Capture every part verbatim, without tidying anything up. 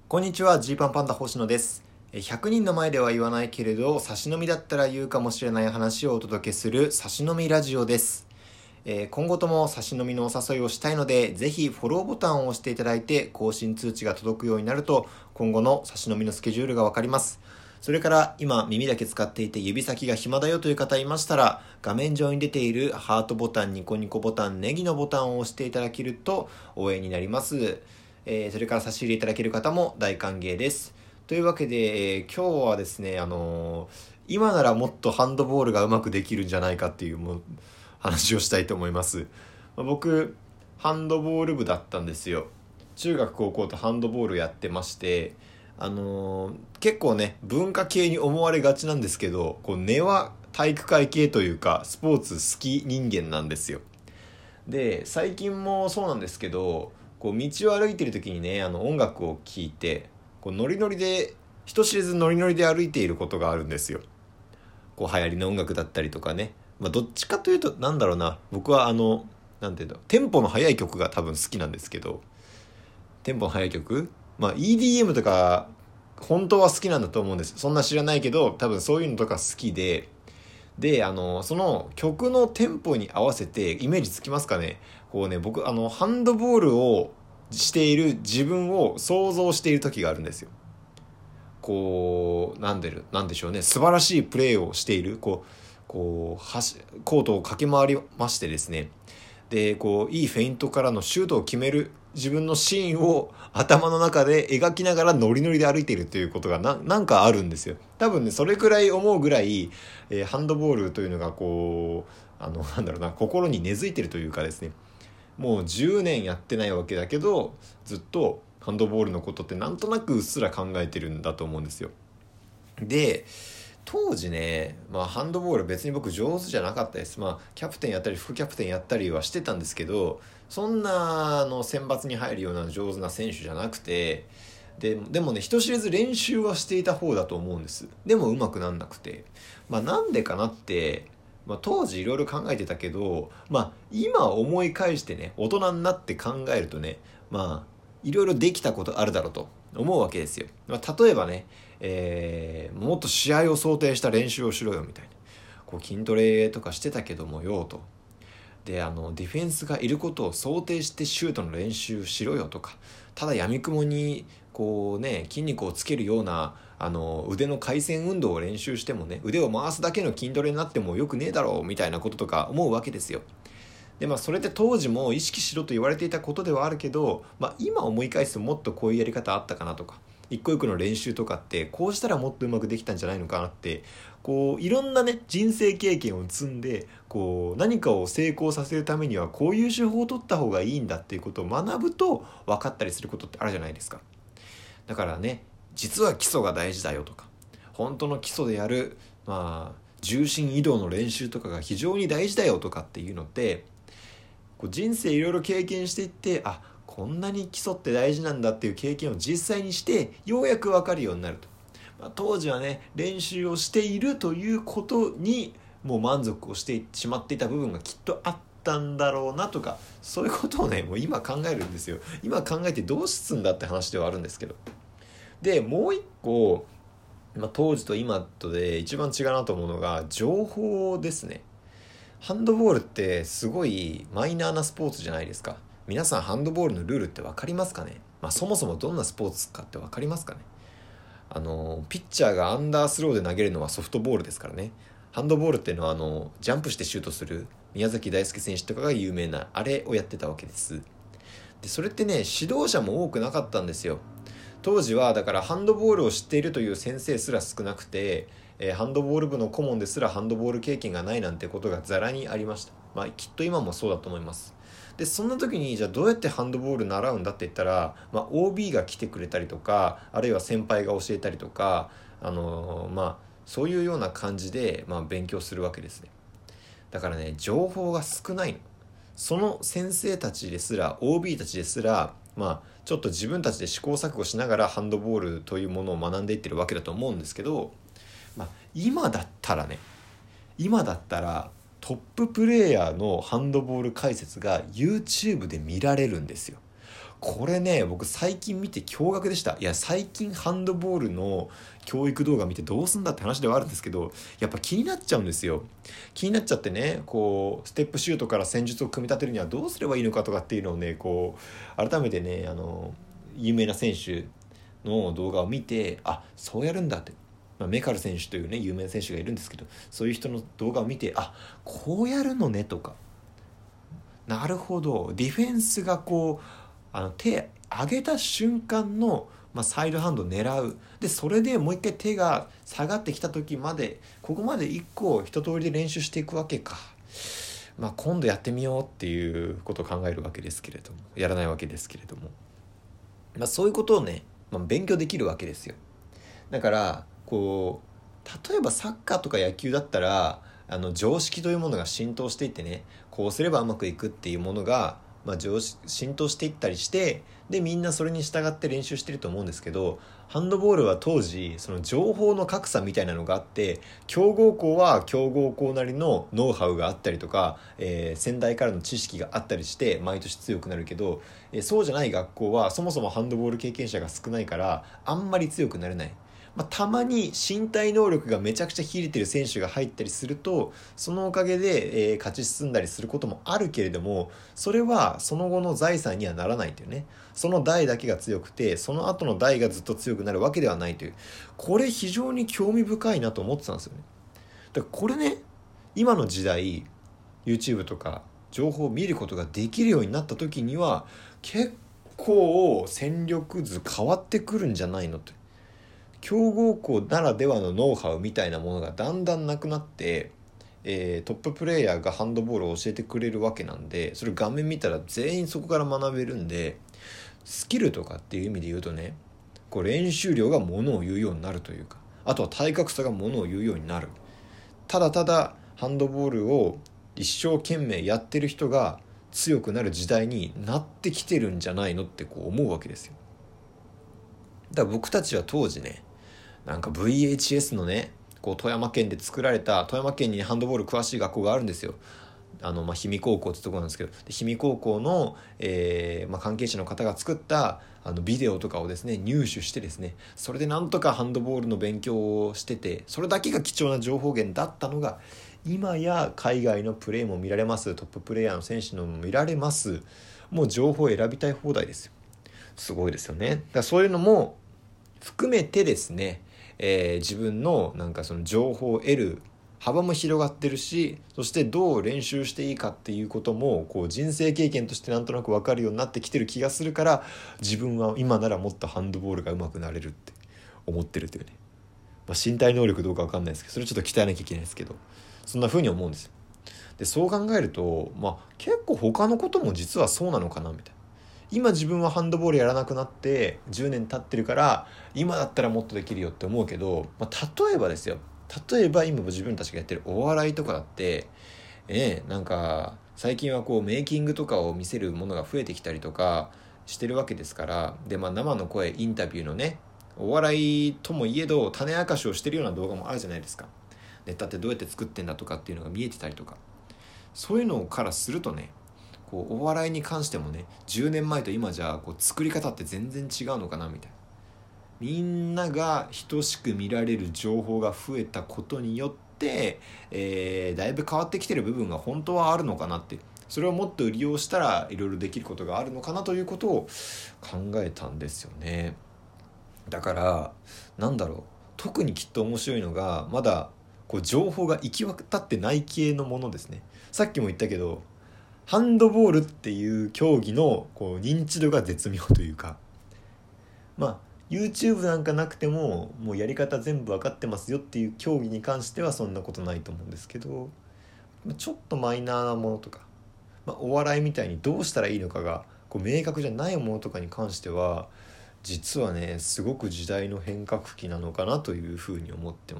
こんにちは、ジーパンパンダ星野です。ひゃくにんの前では言わないけれど、差し飲みだったら言うかもしれない話をお届けする差し飲みラジオです。えー今後とも差し飲みのお誘いをしたいので、ぜひフォローボタンを押していただいて、更新通知が届くようになると、今後の差し飲みのスケジュールがわかります。それから今耳だけ使っていて指先が暇だよという方いましたら、画面上に出ているハートボタン、ニコニコボタン、ネギのボタンを押していただけると応援になります。えーそれから差し入れいただける方も大歓迎です。というわけで、えー今日はですね、あのー今ならもっとハンドボールがうまくできるんじゃないかっていうもう話をしたいと思います。まあ僕、ハンドボール部だったんですよ。中学高校とハンドボールやってまして、あのー結構ね、文化系に思われがちなんですけど、こう根は体育会系というか、スポーツ好き人間なんですよ。で最近もそうなんですけど、こう道を歩いてる時にね、あの音楽を聴いて、こうノリノリで人知れずノリノリで歩いていることがあるんですよ。こう流行りの音楽だったりとかね、まあ、どっちかというとなんだろうな、僕はあのなんていうの、テンポの速い曲が多分好きなんですけど、テンポの速い曲、まあ イーディーエム とか本当は好きなんだと思うんです。そんな知らないけど多分そういうのとか好きで、であのその曲のテンポに合わせて、イメージつきますかね。こうね、僕あのハンドボールをしている自分を想像している時があるんですよ。こうなんでるなんでしょうね、素晴らしいプレーをしている、こうこうはしコートを駆け回りましてですね、でこういいフェイントからのシュートを決める自分のシーンを頭の中で描きながらノリノリで歩いているということがななんかあるんですよ。多分ね、それくらい思うぐらい、えーハンドボールというのがこうあのなんだろうな、心に根付いてるというかですね、もうじゅうねんやってないわけだけど、ずっとハンドボールのことってなんとなくうっすら考えてるんだと思うんですよ。で当時ね、まあ、ハンドボール別に僕上手じゃなかったです。まあキャプテンやったり副キャプテンやったりはしてたんですけど、そんなあの選抜に入るような上手な選手じゃなくて、ででもね、人知れず練習はしていた方だと思うんです。でも上手くなんなくて、まあなんでかなって、まあ、当時いろいろ考えてたけど、まあ今思い返してね、大人になって考えるとね、まあいろいろできたことあるだろうと思うわけですよ。まあ、例えばね、えーもっと試合を想定した練習をしろよみたいな、こう筋トレとかしてたけどもよと、であのディフェンスがいることを想定してシュートの練習しろよとか、ただ闇雲にこうね筋肉をつけるようなあの腕の回旋運動を練習してもね、腕を回すだけの筋トレになってもよくねえだろうみたいなこととか思うわけですよ。でまあそれって当時も意識しろと言われていたことではあるけど、まあ、今思い返すともっとこういうやり方あったかなとか、一個一個の練習とかってこうしたらもっとうまくできたんじゃないのかなって、こういろんなね人生経験を積んで、こう何かを成功させるためにはこういう手法を取った方がいいんだっていうことを学ぶと分かったりすることってあるじゃないですか。だからね、実は基礎が大事だよとか、本当の基礎でやるまあ重心移動の練習とかが非常に大事だよとかっていうのって、こう人生いろいろ経験していって、あ、こんなに基礎って大事なんだっていう経験を実際にしてようやく分かるようになると、まあ、当時はね練習をしているということにもう満足をしてしまっていた部分がきっとあったんだろうなとか、そういうことをねもう今考えるんですよ。今考えてどうすんだって話ではあるんですけど、でもう一個、まあ、当時と今とで一番違うなと思うのが情報ですね。ハンドボールってすごいマイナーなスポーツじゃないですか。皆さんハンドボールのルールって分かりますかね。まあ、そもそもどんなスポーツかって分かりますかね。あのピッチャーがアンダースローで投げるのはソフトボールですからね。ハンドボールっていうのはあのジャンプしてシュートする宮崎大輔選手とかが有名なあれをやってたわけです。でそれってね、指導者も多くなかったんですよ。当時はだからハンドボールを知っているという先生すら少なくて、えーハンドボール部の顧問ですらハンドボール経験がないなんてことがざらにありました。まあきっと今もそうだと思います。でそんな時にじゃあどうやってハンドボール習うんだって言ったら、まあ、オービー が来てくれたりとか、あるいは先輩が教えたりとか、あのーまあそういうような感じで、まあ、勉強するわけですね。だからね、情報が少ないの。その先生たちですら オービー たちですら、まあちょっと自分たちで試行錯誤しながらハンドボールというものを学んでいってるわけだと思うんですけど、まあ、今だったらね今だったらトッププレーヤーのハンドボール解説が YouTube で見られるんですよ。 これね僕最近見て驚愕でした。いや最近ハンドボールの教育動画見てどうすんだって話ではあるんですけど、やっぱ気になっちゃうんですよ。気になっちゃってね、こうステップシュートから戦術を組み立てるにはどうすればいいのかとかっていうのをね、こう改めてね、あの有名な選手の動画を見て、あ、そうやるんだって、まあ、メカル選手というね有名な選手がいるんですけど、そういう人の動画を見て、あ、こうやるのねとか、なるほど、ディフェンスがこうあの手上げた瞬間の、まあ、サイドハンドを狙う、でそれでもう一回手が下がってきた時まで、ここまで一個一通りで練習していくわけか、まあ、今度やってみようっていうことを考えるわけですけれども、やらないわけですけれども、まあ、そういうことをね、まあ、勉強できるわけですよ。だからこう例えばサッカーとか野球だったら、あの常識というものが浸透していってね、こうすればうまくいくっていうものが、まあ、常識浸透していったりして、でみんなそれに従って練習してると思うんですけど、ハンドボールは当時その情報の格差みたいなのがあって、強豪校は強豪校なりのノウハウがあったりとか、えー先代からの知識があったりして毎年強くなるけど、えーそうじゃない学校はそもそもハンドボール経験者が少ないからあんまり強くなれない。まあ、たまに身体能力がめちゃくちゃ秀でてる選手が入ったりすると、そのおかげで、えー勝ち進んだりすることもあるけれども、それはその後の財産にはならないというね、その代だけが強くてその後の代がずっと強くなるわけではないという、これ非常に興味深いなと思ってたんですよね。だからこれね、今の時代 YouTube とか情報を見ることができるようになった時には結構戦力図変わってくるんじゃないのと。強豪校ならではのノウハウみたいなものがだんだんなくなって、えートッププレイヤーがハンドボールを教えてくれるわけなんで、それ画面見たら全員そこから学べるんで、スキルとかっていう意味で言うとね、こう練習量がものを言うようになるというか、あとは体格差がものを言うようになる。ただただハンドボールを一生懸命やってる人が強くなる時代になってきてるんじゃないのってこう思うわけですよ。だから僕たちは当時ね、なんか ブイエイチエス のね、こう富山県で作られた、富山県にハンドボール詳しい学校があるんですよ。あのまあ氷見高校ってところなんですけど、で氷見高校の、えーまあ、関係者の方が作ったあのビデオとかをですね入手してですね、それでなんとかハンドボールの勉強をしてて、それだけが貴重な情報源だったのが、今や海外のプレーも見られます、トッププレイヤーの選手のも見られます。もう情報を選びたい放題ですよ。すごいですよね。だからそういうのも含めてですね、えー自分のなんかその情報を得る幅も広がってるし、そしてどう練習していいかっていうこともこう人生経験としてなんとなく分かるようになってきてる気がするから、自分は今ならもっとハンドボールが上手くなれるって思ってるというね、まあ、身体能力どうか分かんないですけど、それちょっと鍛えなきゃいけないですけど、そんな風に思うんですよ。でそう考えると、まあ、結構他のことも実はそうなのかなみたいな。今自分はハンドボールやらなくなってじゅうねん経ってるから今だったらもっとできるよって思うけど、まあ、例えばですよ、例えば今自分たちがやってるお笑いとかだって、えー、なんか最近はこうメイキングとかを見せるものが増えてきたりとかしてるわけですから、で、まあ、生の声インタビューのね、お笑いともいえど種明かしをしてるような動画もあるじゃないですか。ネタってどうやって作ってんだとかっていうのが見えてたりとか、そういうのからするとね、こうお笑いに関してもね、じゅうねんまえと今じゃこう作り方って全然違うのかなみたいな。みんなが等しく見られる情報が増えたことによって、えーだいぶ変わってきてる部分が本当はあるのかなって、それをもっと利用したらいろいろできることがあるのかなということを考えたんですよね。だからなんだろう、特にきっと面白いのが、まだこう情報が行き渡ってない系のものですね。さっきも言ったけど、ハンドボールっていう競技のこう認知度が絶妙というか、まあ YouTube なんかなくてももうやり方全部分かってますよっていう競技に関してはそんなことないと思うんですけど、ちょっとマイナーなものとか、まあ、お笑いみたいにどうしたらいいのかがこう明確じゃないものとかに関しては、実はねすごく時代の変革期なのかなというふうに思ってます。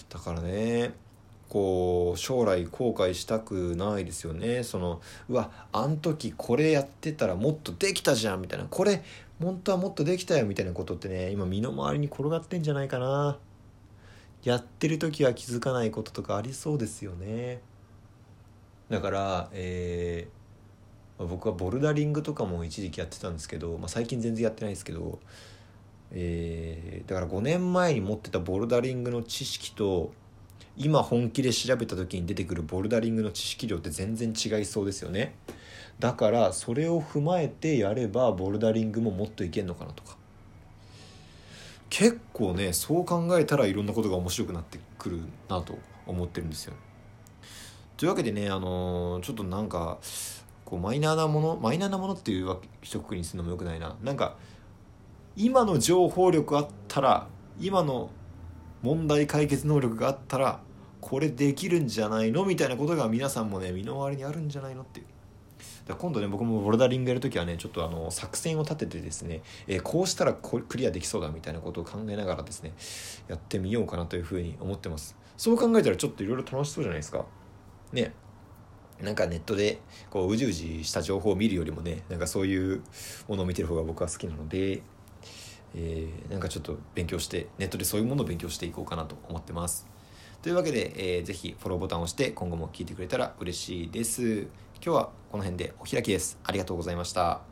だからね、こう将来後悔したくないですよね。そのうわあん時これやってたらもっとできたじゃんみたいな、これ本当はもっとできたよみたいなことってね、今身の回りに転がってんじゃないかな。やってる時は気づかないこととかありそうですよね。だから、えー僕はボルダリングとかも一時期やってたんですけど、まあ、最近全然やってないですけど、えー、だからごねんまえに持ってたボルダリングの知識と今本気で調べた時に出てくるボルダリングの知識量って全然違いそうですよね。だからそれを踏まえてやればボルダリングももっといけんのかなとか、結構ねそう考えたらいろんなことが面白くなってくるなと思ってるんですよ。というわけでね、あのー、ちょっとなんかこうマイナーなものマイナーなものっていう一括りにするのもよくないな。なんか今の情報力あったら、今の問題解決能力があったらこれできるんじゃないのみたいなことが皆さんもね身の回りにあるんじゃないのっていう。だから今度ね僕もボルダリングやるときはねちょっとあの作戦を立ててですね、えー、こうしたらこクリアできそうだみたいなことを考えながらですねやってみようかなというふうに思ってます。そう考えたらちょっといろいろ楽しそうじゃないですかね。なんかネットでこううじうじした情報を見るよりもね、なんかそういうものを見てる方が僕は好きなので、えー、なんかちょっと勉強してネットでそういうものを勉強していこうかなと思ってます。というわけで、えー、ぜひフォローボタンを押して今後も聞いてくれたら嬉しいです。今日はこの辺でお開きです。ありがとうございました。